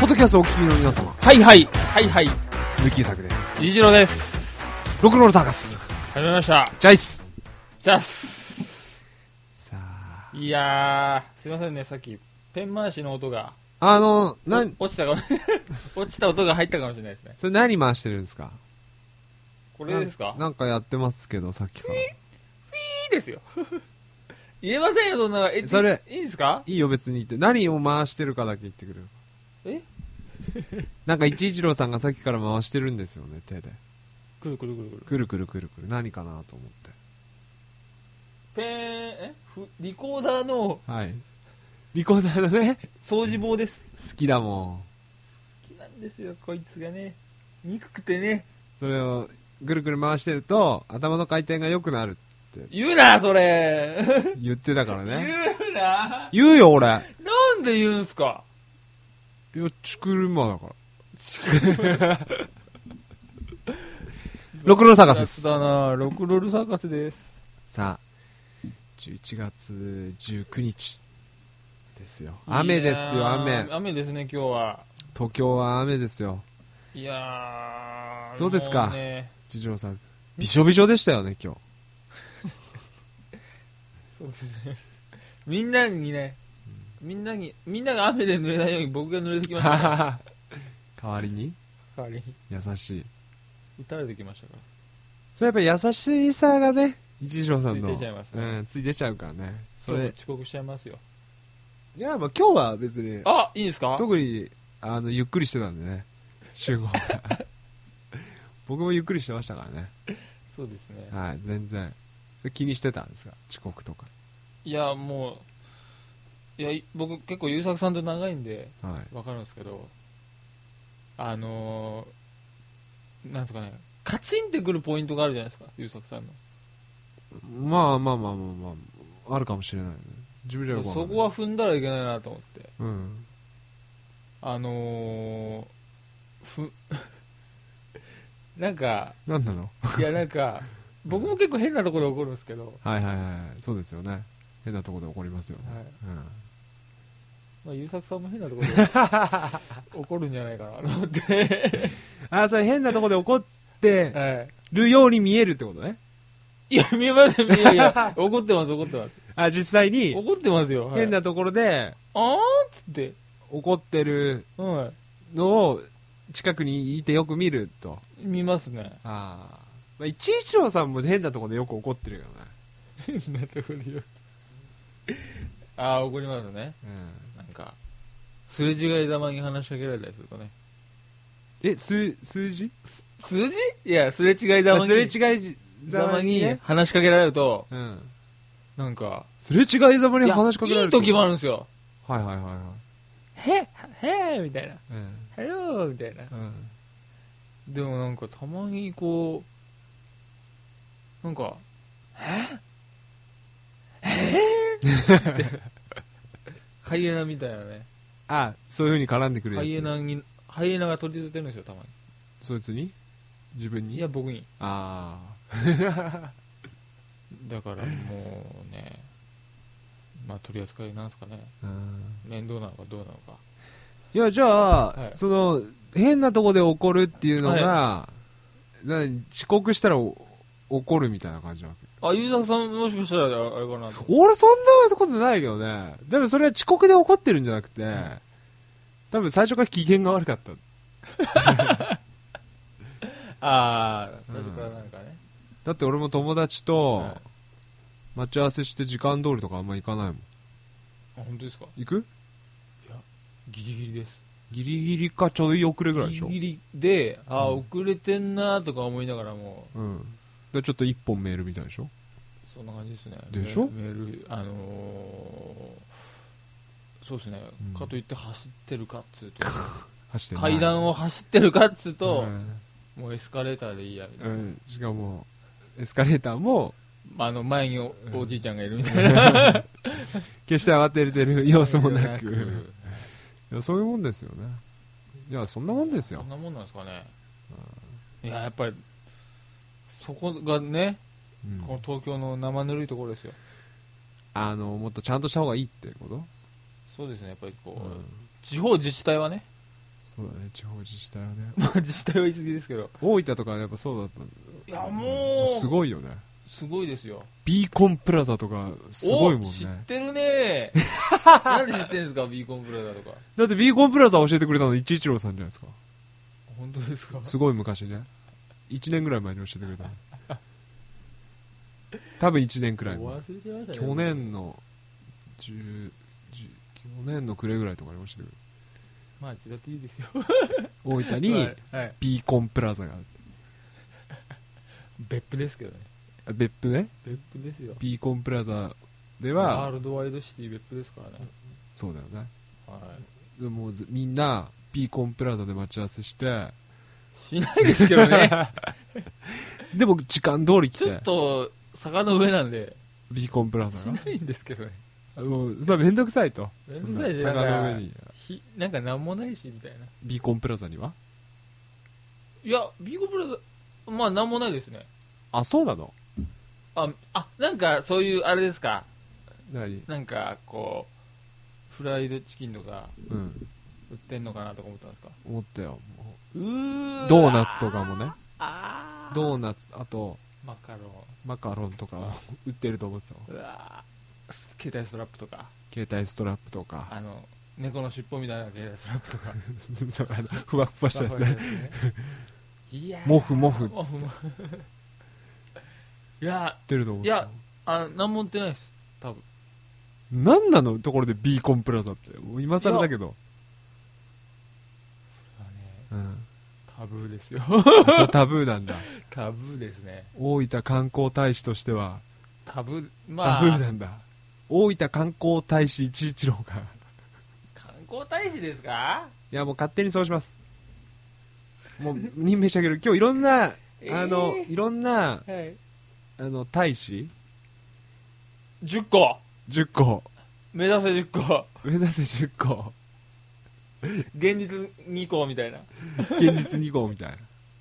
ポッドキャストをお聞きの皆様、 はいはいはいはい、 鈴木作です。 虹郎です。 ロックンロールサーカス始めました。 ジャイス。 ジャス。 さあ、 いやー、すいませんね、さっきペン回しの音が落ちたかも落ちた音が入ったかもしれないですね。 それ何回してるんですか？ これですか？ なんかやってますけど、さっきから。 いいですよ言えませんよ、そんな。 それいいですか？ いいよ、別に言って。何を回してるかだけ言ってくれる。なんか一一郎さんがさっきから回してるんですよね、手で。 くるくるくるくるくるくるくるくる。何かなと思って。 リコーダーのはい。リコーダーのね、 掃除棒です。 好きだもん。 好きなんですよ、こいつがね。憎くてね。 それをぐるぐる回してると頭の回転が良くなるって言うな、それ言ってたからね。 言うな。 言うよ、俺。 なんで言うんすか？ いや、チクルマだから。ロクロルサーカスです。 だな、ロクロルサーカスです。 さあ、11月19日ですよ。雨ですよ、雨。 雨ですね、今日は。 東京は雨ですよ。 いやー、 どうですか、 ね、 次郎さん。びしょびしょでしたよね、今日。 そうですね。みんなにね、みんなが雨で濡れないように僕が濡れてきましたから。 代わりに優しい。 打たれてきましたから。 それやっぱ優しさがね、一条さんの。 つい出ちゃいますね。 うん、つい出ちゃうからね。 それ遅刻しちゃいますよ。 いや、まあ今日は別に。 あ、いいですか？ 特に、ゆっくりしてたんでね。集合僕もゆっくりしてましたからね。 そうですね。 はい、全然。気にしてたんですか？遅刻とか。 いや、もう、いや、僕結構優作さんと長いんで、 はい。 わかるんですけど、なんですかね、カチンってくるポイントがあるじゃないですか、優作さんの。 まあ、あるかもしれないね。自分じゃよくわかんない。 そこは踏んだらいけないなと思って。 うん。 なんか、 なんなの？ いやなんか、僕も結構変なところで怒るんですけど、 はいはいはい。そうですよね。変なところで怒りますよね。 はい、 うん。 まあ、優作さんも変なところで怒るんじゃないかなと思ってそれ変なところで怒ってるように見えるってことね。 いや、見えません。いや、怒ってます。 実際に怒ってますよ。 変なところで、 あーっつって。 怒ってるのを近くにいてよく見ると。 見ますね。 まあ、一一郎さんも変なところでよく怒ってるよね。 変なところでよく。怒りますね。 うん。 なんか、すれ違いざまに話しかけられたりするとね。 数字数字？いや、すれ違いざまに。 すれ違いざまにね、 話しかけられると、 うん。 なんか、 すれ違いざまに話しかけられると。 いい時もあるんですよ。 はいはいはいはい。 へみたいな。 うん。 ヘローみたいな。 うん。 でもなんかたまにこう、なんか、ってハイエナみたいなね。 そういう風に絡んでくるやつ。 ハイエナが取り付けてるんですよ、たまに。 そいつに？自分に？ いや、僕に。だからもうね、まあ取り扱いなんですかね。面倒なのかどうなのか。 いや、じゃあ、その、変なとこで怒るっていうのが、遅刻したら怒るみたいな感じなわけ？ 優作さんもしかしたらあれかなと。 俺そんなことないけどね。でもそれは遅刻で怒ってるんじゃなくて、多分最初から機嫌が悪かった。 最初からなんかね。 だって俺も友達と待ち合わせして時間通りとかあんま行かないもん。 本当ですか？ 行く？ いや、ギリギリです。 ギリギリかちょい遅れぐらいでしょ？ ギリギリで、遅れてんなとか思いながらも。 でちょっと一本メールみたいでしょ？ そんな感じですね。 でしょ？ メール、そうですね、かといって走ってるかっつうと階段を走ってるかっつうと、もうエスカレーターでいいやみたいな。 しかもエスカレーターも前に おじいちゃんがいるみたいな決して慌ててる様子もなくいや、そういうもんですよね。いや、そんなもんですよ。 そんなもんなんですかね。いや、やっぱりそこがね、この東京の生ぬるいところですよ。 もっとちゃんとした方がいいってこと？ そうですね、やっぱりこう、地方自治体はね、 そうだね、地方自治体はね。 まあ自治体は言い過ぎですけど。 大分とかはやっぱそうだったんだ。 いや、もう、 すごいよね。 すごいですよ。 ビーコンプラザとか、すごいもんね。 知ってるねなんで知ってるんですか、ビーコンプラザとか。 だってビーコンプラザ教えてくれたの一一郎さんじゃないですか。 本当ですか。 すごい昔ね。1年ぐらい前に教えてくれたの。多分1年くらい前。 忘れちゃいましたね。 去年の暮れぐらいとかに教えてくれまあ、だっていいですよ。 大分に、ビーコンプラザがある。 別府ですけどね。 別府ね。 別府ですよ。 ビーコンプラザでは、 ワールドワイドシティ別府ですからね。 そうだよね。 はい。 でもみんな、ビーコンプラザで待ち合わせして、 しないですけどね。 でも時間通り来て。 ちょっと、坂の上なんで。 ビーコンプラザが。 しないんですけどね。 もう、それめんどくさいと。 めんどくさいし、 坂の上に。 なんかなんもないし、みたいな。 ビーコンプラザにはいや、ビーコンプラザ、まあなんもないですね。 あ、そうなの？ なんかそういう、あれですか。 何？ なんか、こう、フライドチキンとか、 うん。 売ってんのかなとか思ったんですか？ 思ったよ。 ドードーナツとかもね。ドーナナツ、あと、マカロンとか売ってると思ってたわ。 うわ携帯ストラップとか。 携帯ストラップとか。 猫の尻尾みたいな携帯ストラップとか。 そう、ふわふわしたやつね。 いやモフモフっつって。 いや、 売ってると思ってた。 いや、なんも売ってないです。多分。 なんなのところでビーコンプラザって。もう今更だけど。 それはね、タブーですよ。 そう、タブーなんだ。 タブーですね。 大分観光大使としては、 タブー、 タブーなんだ。大分観光大使一一郎が。 観光大使ですか？ いや、もう勝手にそうします。もう任命してあげる。今日いろんな、いろんな、 はい、 大使 10個 10個目指せ10個目指せ10個現実2個みたいな現実2個みたいな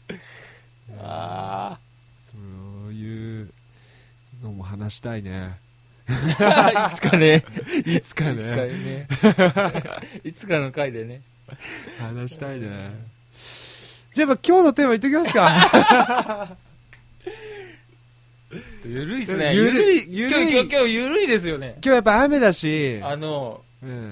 あそういうのも話したいねいつかねいつかいつかの回でね話したいねじゃあやっぱ今日のテーマ言っときますかちょっとゆるいっすね。 ゆるい。 今日ゆるいですよね。 今日やっぱ雨だし。 うん。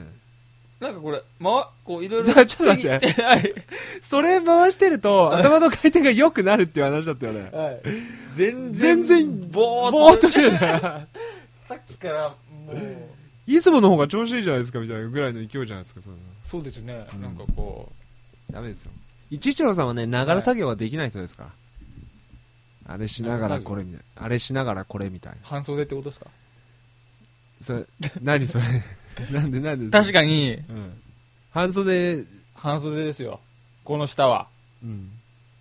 なんかこれ、こういろいろ。 じゃあちょっと待って。はい。それ回してると、頭の回転が良くなるっていう話だったよね。はい。全然、ぼーっとしてるね。 さっきから、もう。 いつもの方が調子いいじゃないですかみたいなぐらいの勢いじゃないですか、 そうですね。なんかこう。ダメですよ。一一郎さんはね、ながら作業はできない人ですから。あれしながらこれみたいな。あれしながらこれみたいな。 半袖ってことですか？ それ、何それ。なんで確かに、 うん。半袖ですよ。この下は。 うん。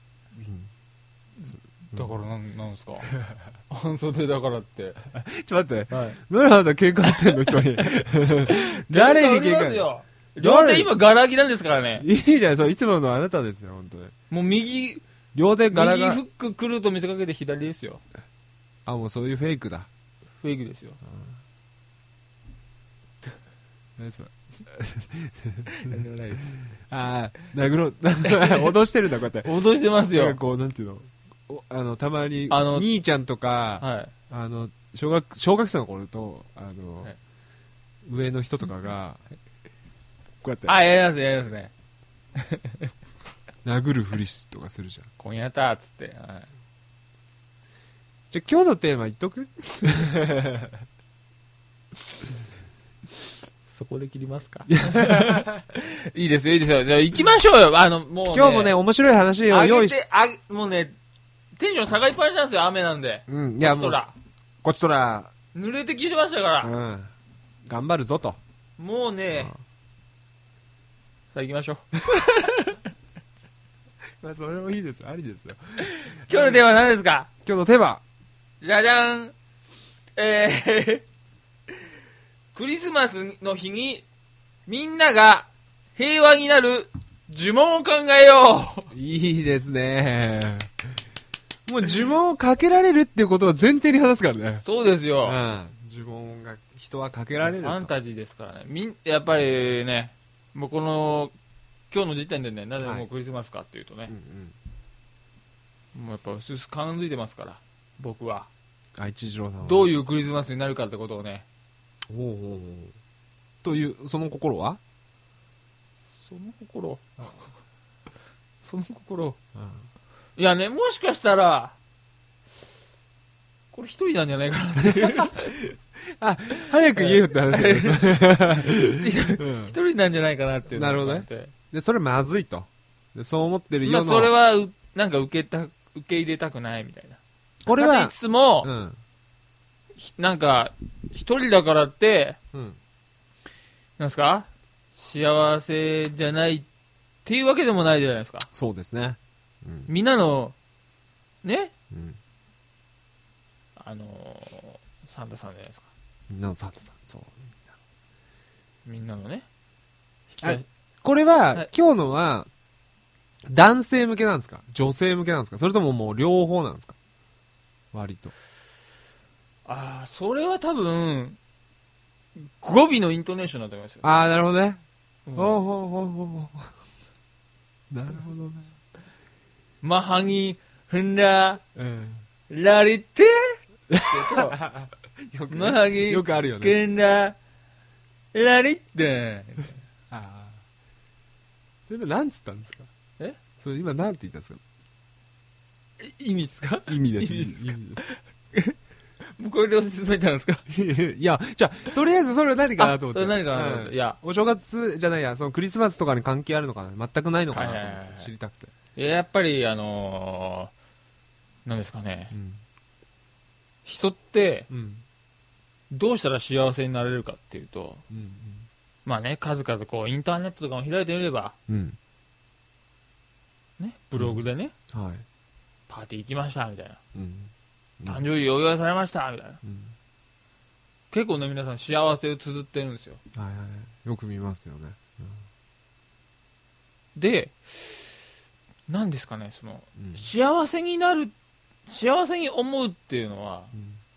だからなんですか半袖だからって。 ちょっと待って。はい。何あんた喧嘩売ってんの人に。誰に喧嘩売ってんの？ 両手今ガラ空きなんですからね。 いいじゃない、そう、いつものあなたですよ、本当に。 もう右ガラが。 右フック来ると見せかけて左ですよ。 あ、もうそういうフェイクだ。 フェイクですよ。 何それ。 何でもないです。 ああ、脅してるんだ、こうやって。 脅してますよ。 なんかこう、なんていうの。たまに、兄ちゃんとか、はい、小学生の頃と、はい、上の人とかが、こうやって。 あ、やりますね。 殴るふりとかするじゃん。 今夜たっつって。はい、 じゃあ今日のテーマ言っとくそこで切りますかいいですよ。じゃあ行きましょうよ。もう、ね、 今日もね、面白い話を用意して。 もうね、テンション下がりっぱなしなんですよ、雨なんで。 うん、いや、こっちとら。 濡れてきてましたから。 うん。頑張るぞと。 もうね、さあ行きましょう。 まあ、それもいいです。ありですよ。 今日のテーマは何ですか？ 今日のテーマ。 じゃじゃん。クリスマスの日にみんなが平和になる呪文を考えよう。いいですね。もう呪文をかけられるっていうことを前提に話すからね。 そうですよ。 うん。呪文が人はかけられると。 ファンタジーですからね。やっぱりね、もうこの今日の時点でね、なぜもうクリスマスかっていうとね、もうやっぱうすうす感づいてますから、僕は。 一次郎さんはどういうクリスマスになるかってことをね。 という、その心はその心いやね、もしかしたら、これ一人なんじゃないかなって。 早く言えよって話です。 一人なんじゃないかなっていう。 なるほどね。で、それまずいと。で、そう思ってるような。 それは、なんか受け入れたくないみたいな。 これは、 いつも、なんか、一人だからって、なんすか幸せじゃないっていうわけでもないじゃないですか。 そうですね。 みんなの、ね、サンタさんじゃないですか。 みんなのサンタさん、そう。 みんなのね。 これは、今日のは、男性向けなんですか？女性向けなんですか？それとももう両方なんですか？割と。 それは多分、語尾のイントネーションだと思いますよ。 なるほどね。なるほどね。 マハギ、フンダ、ラリテマハギ、 よくあるよね。 フンダ、ラリテそれ何つったんですか？それ今何て言ったんですか？ 意味ですか？ 意味です。 もうこれで進めたんですか？ いや、じゃあ、とりあえずそれは何かなと思って。 それ何かなと思って。いや、 お正月じゃないや、そのクリスマスとかに関係あるのかな？全くないのかなと思って知りたくて。 やっぱり、なんですかね。人って、どうしたら幸せになれるかっていうと、まあね、数々こう、インターネットとかも開いてみれば、ね、ブログでね、パーティー行きました、みたいな。誕生日お祝いされましたみたいな、結構ね皆さん幸せを綴ってるんですよ。 よく見ますよね。 で、何ですかね、その、幸せになる、幸せに思うっていうのは、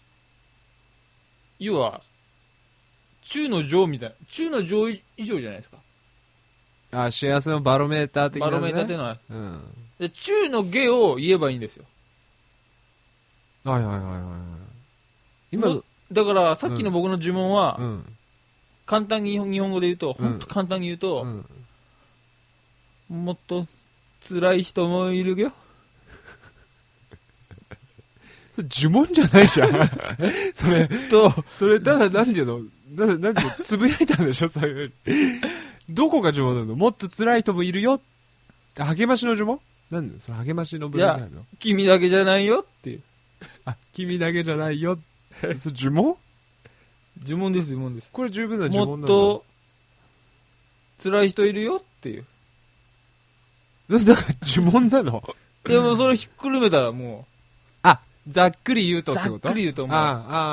要は中の上みたいな、中の上以上じゃないですか。 幸せのバロメーター的な、ね、 バロメーターっていうのは、で中の下を言えばいいんですよ。今だからさっきの僕の呪文は、簡単に日本語で言うと、本当簡単に言うと、もっと辛い人もいるよ。 それ呪文じゃないじゃん。それただ何て言うの、なんてつぶやいたんでしょ、そういう。どこが呪文なの？もっと辛い人もいるよ。励ましの呪文？なんでその励ましの部分にあるの？ 君だけじゃないよっていう。 君だけじゃないよ。それ呪文？ 呪文です、呪文です。 これ十分な呪文なんだ。 もっと辛い人いるよっていう。 だから呪文なの？ でもそれひっくるめたらもう。ざっくり言うとってこと？ ざっくり言うともう。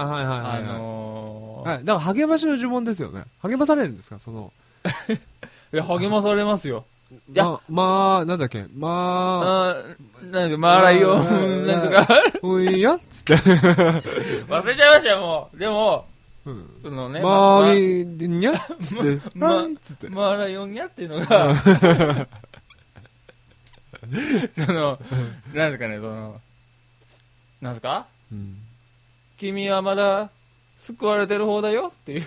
だから励ましの呪文ですよね。励まされるんですか？その。 いや、励まされますよ。 なんだっけ、 なんだっけ、マーライオン、なんとか。 やっつって。 忘れちゃいましたよ、もう。でも、そのね、 にゃっつって。 マーライオンにゃっていうのが、その、なんですかね、その、なんですか、君はまだ救われてる方だよって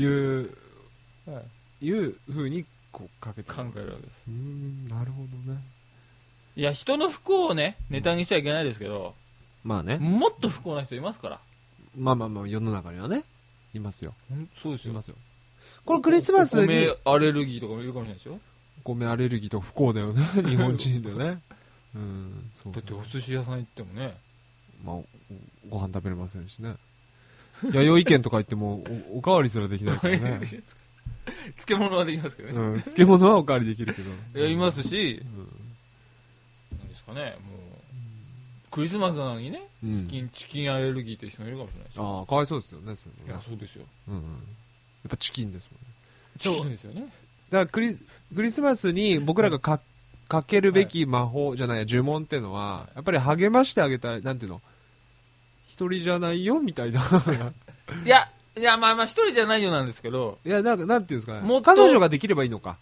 いう風にこうかけて考えるわけです。 なるほどね。 いや、人の不幸をねネタにしちゃいけないですけど、 まあね、 もっと不幸な人いますから。 まあ世の中にはねいますよ。 そうですよ。 いますよ。これクリスマスに米アレルギーとかもいるかもしれないですよ。 米アレルギーと不幸だよね。日本人でね。 そうだってお寿司屋さん行ってもね、 ご飯食べれませんしね。弥生県とか行っても おかわりすらできないからね。 漬物はできますけどね。 漬物はおかわりできるけど。 やりますし、なんですかね、もうクリスマスなのにね、チキンアレルギーって人もいるかもしれないし。 かわいそうですよね。 いや、そうですよ。 やっぱチキンですもんね。 チキンですよね。 だからクリスマスに僕らがかけるべき魔法じゃない呪文っていうのは、やっぱり励ましてあげたい、なんていうの、一人じゃないよみたいな。 いやまあ一人じゃないよなんですけど、 いやなんていうんですかね、もっと彼女ができればいいのか。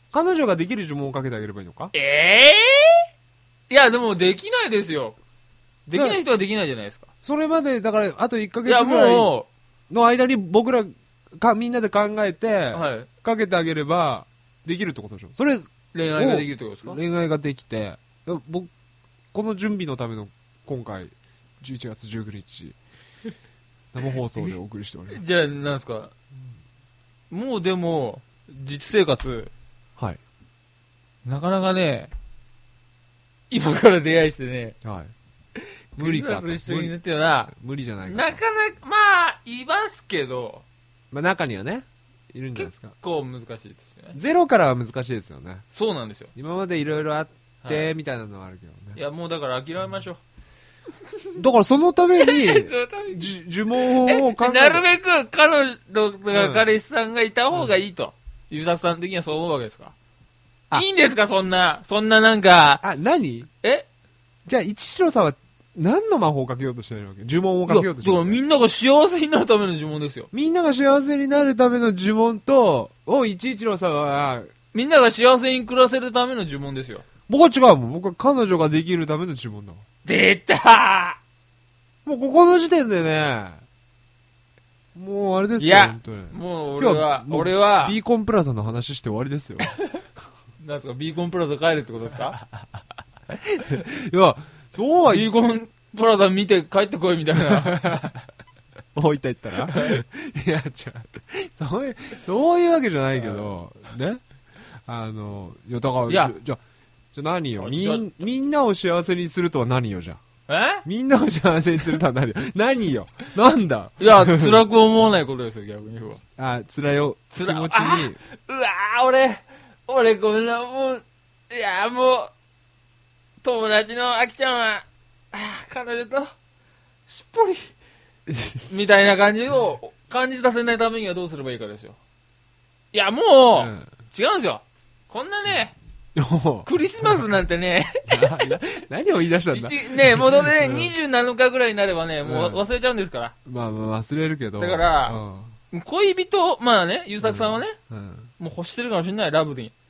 彼女ができる呪文をかけてあげればいいのか？ いや、でもできないですよ。できない人はできないじゃないですか。 それまで、だから、あと1ヶ月ぐらいの間に僕らみんなで考えて、はい、かけてあげれば、できるってことでしょ。それ、 恋愛ができるってことですか？ 恋愛ができて、この準備のための今回、11月19日、生放送でお送りしております。 じゃあ、なんですか、もうでも、実生活、 はい。 なかなかね、今から出会いしてね、 はい。無理かと。 一緒に寝てるな。 無理じゃないか。 なかなか、まあ、いますけど、 まあ中にはね、いるんじゃないですか。 結構難しいですよね。 ゼロからは難しいですよね。 そうなんですよ。 今までいろいろあって、はい、みたいなのはあるけどね。 いや、もうだから諦めましょう。 だからそのために、呪文を考えなるべく彼女が彼氏さんがいた方がいいと。ゆうさくさん的にはそう思うわけですか？いいんですか、そんななんか。 何？じゃあ、一郎さんは何の魔法をかけようとしてるわけ？呪文をかけようとしてるわけ？ みんなが幸せになるための呪文ですよ。 みんなが幸せになるための呪文と、一郎さんは、 みんなが幸せに暮らせるための呪文ですよ。 僕は違うもん。僕は彼女ができるための呪文だもん。 出たー！もうここの時点でね、もうあれですよ、本当に。 もう俺は、 ビーコンプラザの話して終わりですよ。 なんですか、ビーコンプラザ帰るってことですか？ いや、そうはビーコンプラザ見て帰ってこいみたいな。 大分行ったらいや、そういうわけじゃないけど、ね。いや、だから、じゃ何よ。みんなを幸せにするとは何よ、じゃあ。みんなを幸せにするとは何よ。何よ。なんだ。 いや、辛く思わないことですよ、逆に言えば。 辛い気持ちに。 うわ俺こんなもん、いや、もう、友達のあきちゃんは、彼女と、しっぽり、みたいな感じを感じさせないためにはどうすればいいかですよ。いや、もう、違うんですよ。こんなね、クリスマスなんてね、 何を言い出したんだね、もうだね、27日ぐらいになればね、もう忘れちゃうんですから。 まあ忘れるけど。 だから、恋人、まあね、ゆうさくさんはね、もう欲してるかもしれない、ラブに。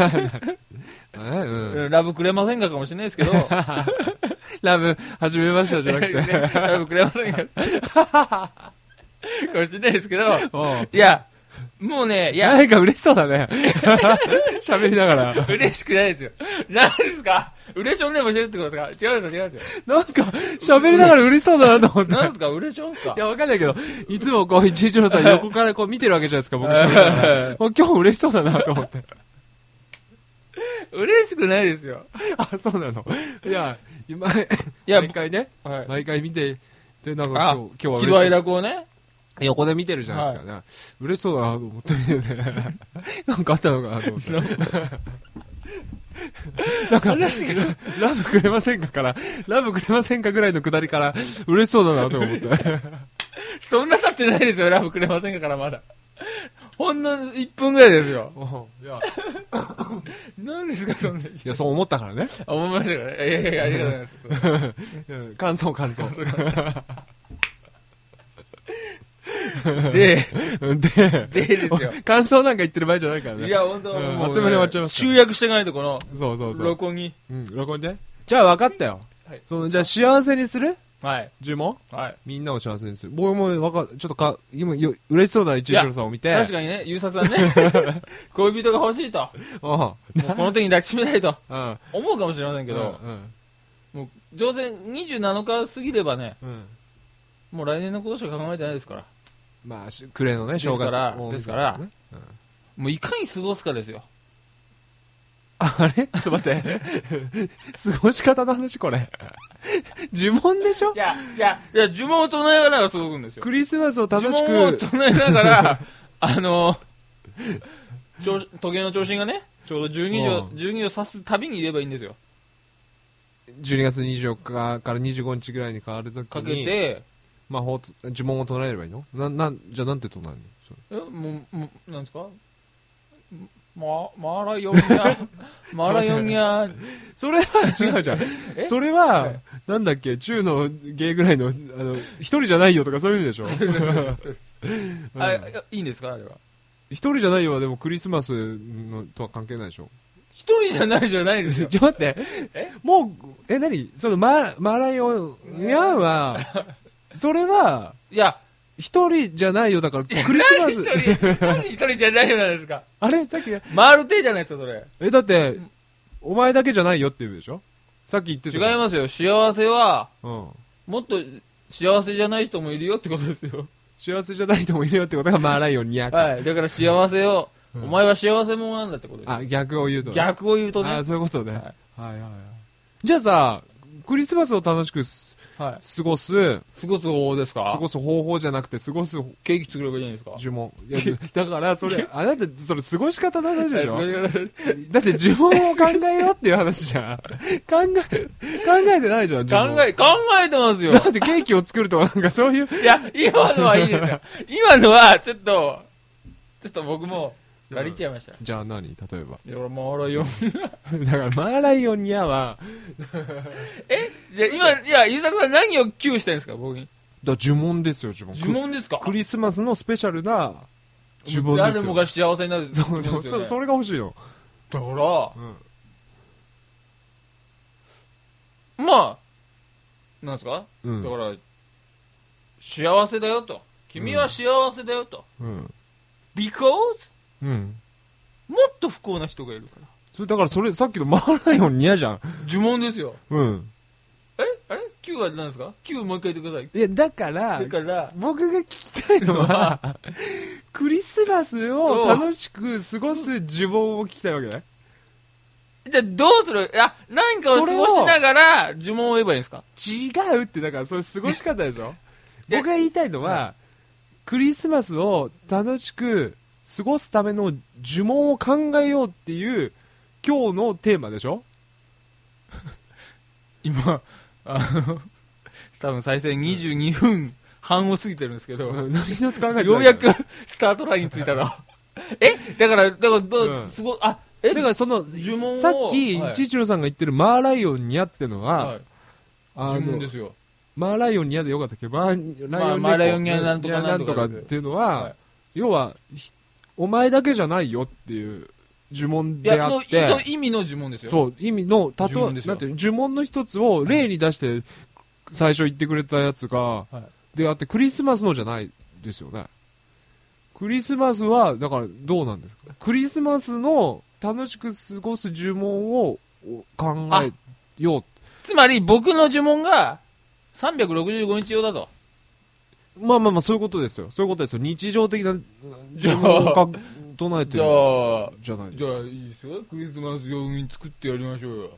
ラブくれませんかもしれないですけど。 ラブ、始めましたじゃなくて。 ラブくれませんかかもしれないですけど、いや、もうね、いや。 何か嬉しそうだね。喋りながら。 嬉しくないですよ。何ですか？嬉しょんねもしてるってことですか？違うんですよ。 なんか、喋りながら嬉しそうだなと思って。 何ですか？嬉しょんすか？ いや、わかんないけど、いつもこう、一郎さん横からこう見てるわけじゃないですか、僕喋りながら。今日嬉しそうだなと思って。 嬉しくないですよ。 そうなの。いや、毎回ね、毎回見て、で、なんか今日は喜怒哀楽をね、 横で見てるじゃないですかね。嬉しそうだなと思って見てて、なんかあったのかなと思って。なんか、ラブくれませんかから、ラブくれませんかぐらいのくだりから、嬉しそうだなと思って。 そんな経ってないですよ、ラブくれませんかからまだ。ほんの1分ぐらいですよ。いや、何ですか、そんな。いや、そう思ったからね。 思いましたからね。いや、ありがとうございます。 感想。ですよ。感想なんか言ってる場合じゃないからね。 いや、本当もう、あっという間に終わっちゃいます。 集約していかないと、この、 そう。 録音に。 録音ね。じゃあ分かったよ。じゃあ幸せにする？ はい。 呪文？ はい。 みんなを幸せにする。僕もちょっと今、嬉しそうな一郎さんを見て。 確かにね、ゆうさくさんね、恋人が欲しいと。もうこの手に抱きしめたいと。思うかもしれませんけど、もう、上線27日過ぎればね、もう来年のことしか考えてないですから。 まあ、暮れのね、正月ですから、もういかに過ごすかですよ。 あれちょっと待って。過ごし方の話これ。呪文でしょ？ いや、呪文を唱えながら過ごすんですよ。 クリスマスを正しく。 呪文を唱えながら、時計の長針がね、ちょうど12時を指すたびに言えばいいんですよ。 12月24日から25日ぐらいに変わるときに。 かけて、 魔法、呪文を唱えればいいの？じゃあなんて唱えるの？ もう、なんですか？マーラヨンヤそれは違うじゃん。それは、なんだっけ、中のゲイぐらいの、一人じゃないよとかそういう意味でしょ。 いいんですかあれは。 一人じゃないよはでもクリスマスのとは関係ないでしょ。 一人じゃないじゃないですよ。 ちょっと待って。もう、何そのマーライオンヤンは、それは、 いや、 一人じゃないよだからクリスマス。 何一人じゃないよなんですか。 あれさっき。 マルテじゃないですか、それ。 だって、お前だけじゃないよって言うでしょさっき言ってた。 違いますよ。幸せは、 うん。 もっと幸せじゃない人もいるよってことですよ。 幸せじゃない人もいるよってことがマーライオンにやか。 はい。だから幸せを、お前は幸せ者なんだってことです。 あ、逆を言うと。 逆を言うとね。 あ、そういうことね。はいはいはい。じゃあさ、クリスマスを楽しく過ごす方法ですか？ 過ごす方法じゃなくて、過ごすケーキ作ればいいんですか？ 呪文。だから、それ、あなた、それ過ごし方の話でしょだって呪文を考えようっていう話じゃん。考えてないじゃん、 考えてますよ。 だってケーキを作るとかなんかそういう。 いや、今のはいいですよ。今のは、ちょっと僕も、借りちゃいました。 じゃあ何例えば。 いや、マーライオン。 だから、マーライオンにゃは、 じゃあ今、ゆうさくさん何をキューしたいんですか、僕に。 呪文ですよ、呪文。 呪文ですか？ クリスマスのスペシャルな呪文ですよ。 誰もが幸せになる。 そう、それが欲しいよ。 だから、まあ、なんですか？だから、幸せだよと。君は幸せだよと。because? もっと不幸な人がいるから。 だからそれ、さっきのマーライオンにゃじゃん。 呪文ですよ。 あれ ?Q は何ですか？ Q もう一回言ってください。 いや、だから、僕が聞きたいのは、クリスマスを楽しく過ごす呪文を聞きたいわけね。 じゃあどうする？何かを過ごしながら呪文を言えばいいんですか？ 違うって、だからそれ過ごし方でしょ僕が言いたいのは、クリスマスを楽しく過ごすための呪文を考えようっていう今日のテーマでしょ今、多分再生22分半を過ぎてるんですけど、 何の考えようやくスタートラインについたの。だから、すごい、だからその、呪文をさっき、一一郎さんが言ってるマーライオンにゃってのは、 呪文ですよ。 マーライオンにゃでよかったっけ？マーライオンにゃなんとかなんとかっていうのは、要は、お前だけじゃないよっていう呪文であって。 その意味の呪文ですよ。 そう、意味の、なんていう呪文の一つを例に出して最初言ってくれたやつが、であって、クリスマスのじゃないですよね。クリスマスは、だからどうなんですか？クリスマスの楽しく過ごす呪文を考えよう。 つまり僕の呪文が365日用だと。 まあ、そういうことですよ。そういうことですよ。日常的な呪文を唱えてるじゃないですか。 じゃあいいですよ。クリスマス用に作ってやりましょうよ。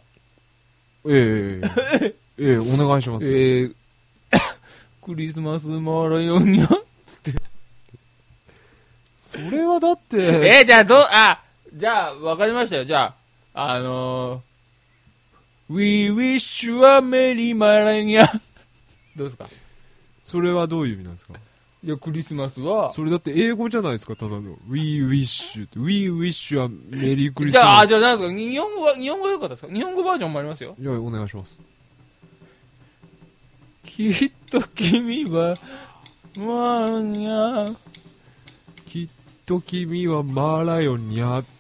お願いしますよ。 クリスマスマーライオンにゃって。 それはだって。 じゃあわかりましたよ。じゃあ、We wish you a merry Maranya どうですか？ それはどういう意味なんですか？ いや、クリスマスはそれだって英語じゃないですか、ただの We wish you We wish you a merry Christmas。 じゃあ何ですか？日本語よかったですか？日本語バージョンもありますよ。 いや、お願いします。 きっと君はマーニャ、 きっと君はマーライオンにゃって、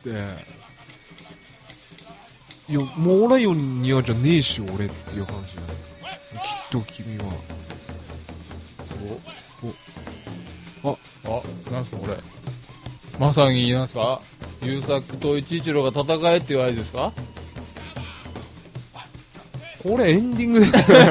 いや、マーライオンにゃじゃねえし俺っていう話じゃないですか。きっと君はなんすかこれ。まさになんすか、優作と一一郎が戦えっていう合図ですか？ これエンディングですね。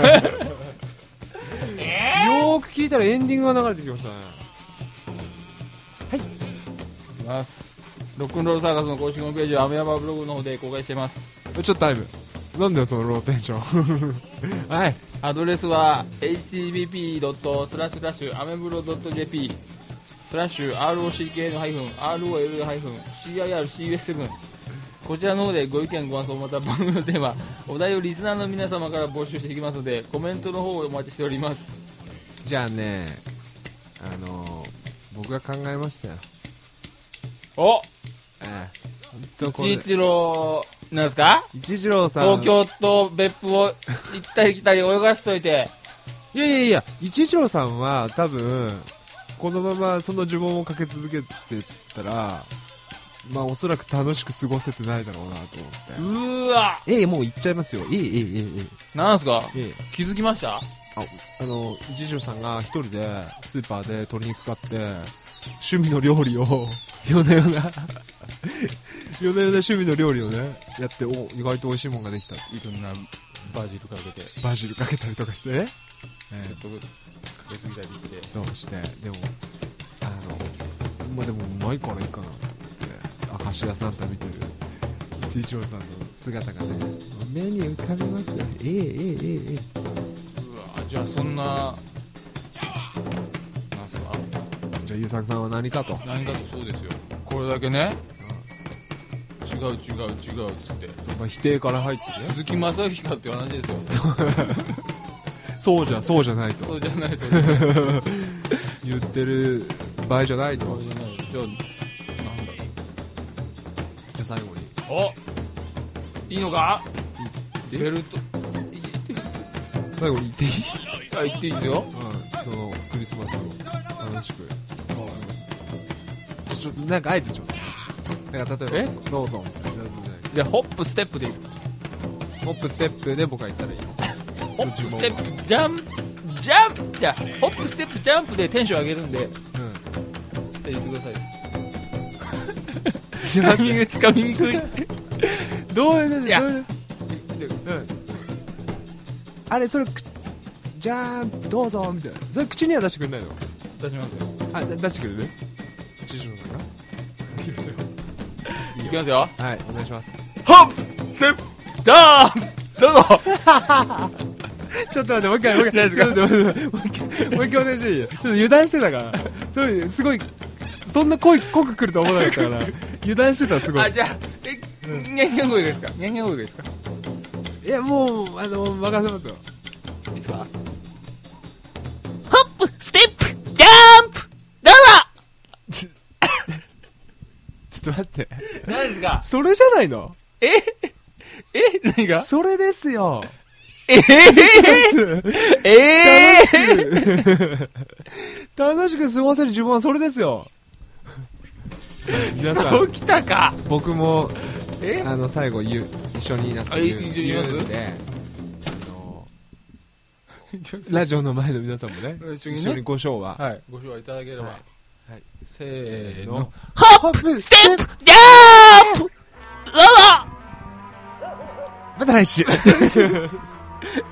よーく聞いたらエンディングが流れてきましたね。はい。いきます。ロックンロールサーカスの公式ホームページはアメヤマブログの方で公開しています。 ちょっとタイム。なんだよそのローテンション。はい。 アドレスは http://amebro.jp /ROCK-ROL-CIRCUS7 こちらの方でご意見ご感想また番組のテーマお題をリスナーの皆様から募集していきますのでコメントの方をお待ちしております。 じゃあね、僕が考えましたよ。 一一郎なんですか？ 一一郎さん東京と別府を行ったり来たり泳がしといて。 いや、一一郎さんは多分このままその呪文をかけ続けてたら、まあおそらく楽しく過ごせてないだろうなと思って。 わもう行っちゃいますよ。 なんすか気づきました？ 一条さんが一人でスーパーで鶏肉買って、趣味の料理を、夜な夜な趣味の料理をね、やって、意外と美味しいもんができた。いろんなバジルかけて。 バジルかけたりとかしてね。 ちょっとかけすぎたりして。 そうして、でも、まあでもうまいからいいかなと思って、明石家サンタ見てる一条さんの姿がね、目に浮かびますよ。 じゃあそんな、なんすか？ じゃあ優作さんは何かとそうですよ。これだけね、違うっつってその否定から入ってね、 鈴木雅之かっていう話ですよ。 そうじゃないと言ってる場合じゃないと。 じゃあなんだろう。 じゃあ最後にいいのか？ベルト最後に言っていい？ 言っていいですよ。 そのクリスマスを楽しくなんか合図ちょっと、なんか例えばどうぞじゃあホップステップでいい。 ホップステップで僕は言ったらいいの？ ホップステップジャンプじゃあホップステップジャンプでテンション上げるんで、言ってください。つかみにくいどういうあれそれじゃーんどうぞみたいな、それ口には出してくれないの？ 出しますよ。 出してくれる？一条さんがいきますよ。 はい、お願いします。 ホップステップジャンプどうぞ。 ちょっと待って、もう一回もう一回お願いしていいよ。ちょっと油断してたからそういうすごいそんな濃く来ると思わなかったから油断してた。すごい。 じゃあニャンニャン声ですか？ニャンニャン声ですか？ いやもう任せますよ。 いいですか？ホップステップジャンプどうぞ。 ちょっと待って、 何ですか？ それじゃないの？ 何が？ それですよ。楽しく過ごせる自分はそれですよ。皆さん起きたか。 僕も最後一緒になって言うんで、ラジオの前の皆さんもね、一緒にご唱和、 ご唱和いただければ、せーの、 ホップステップジャンプどうぞ。 また来週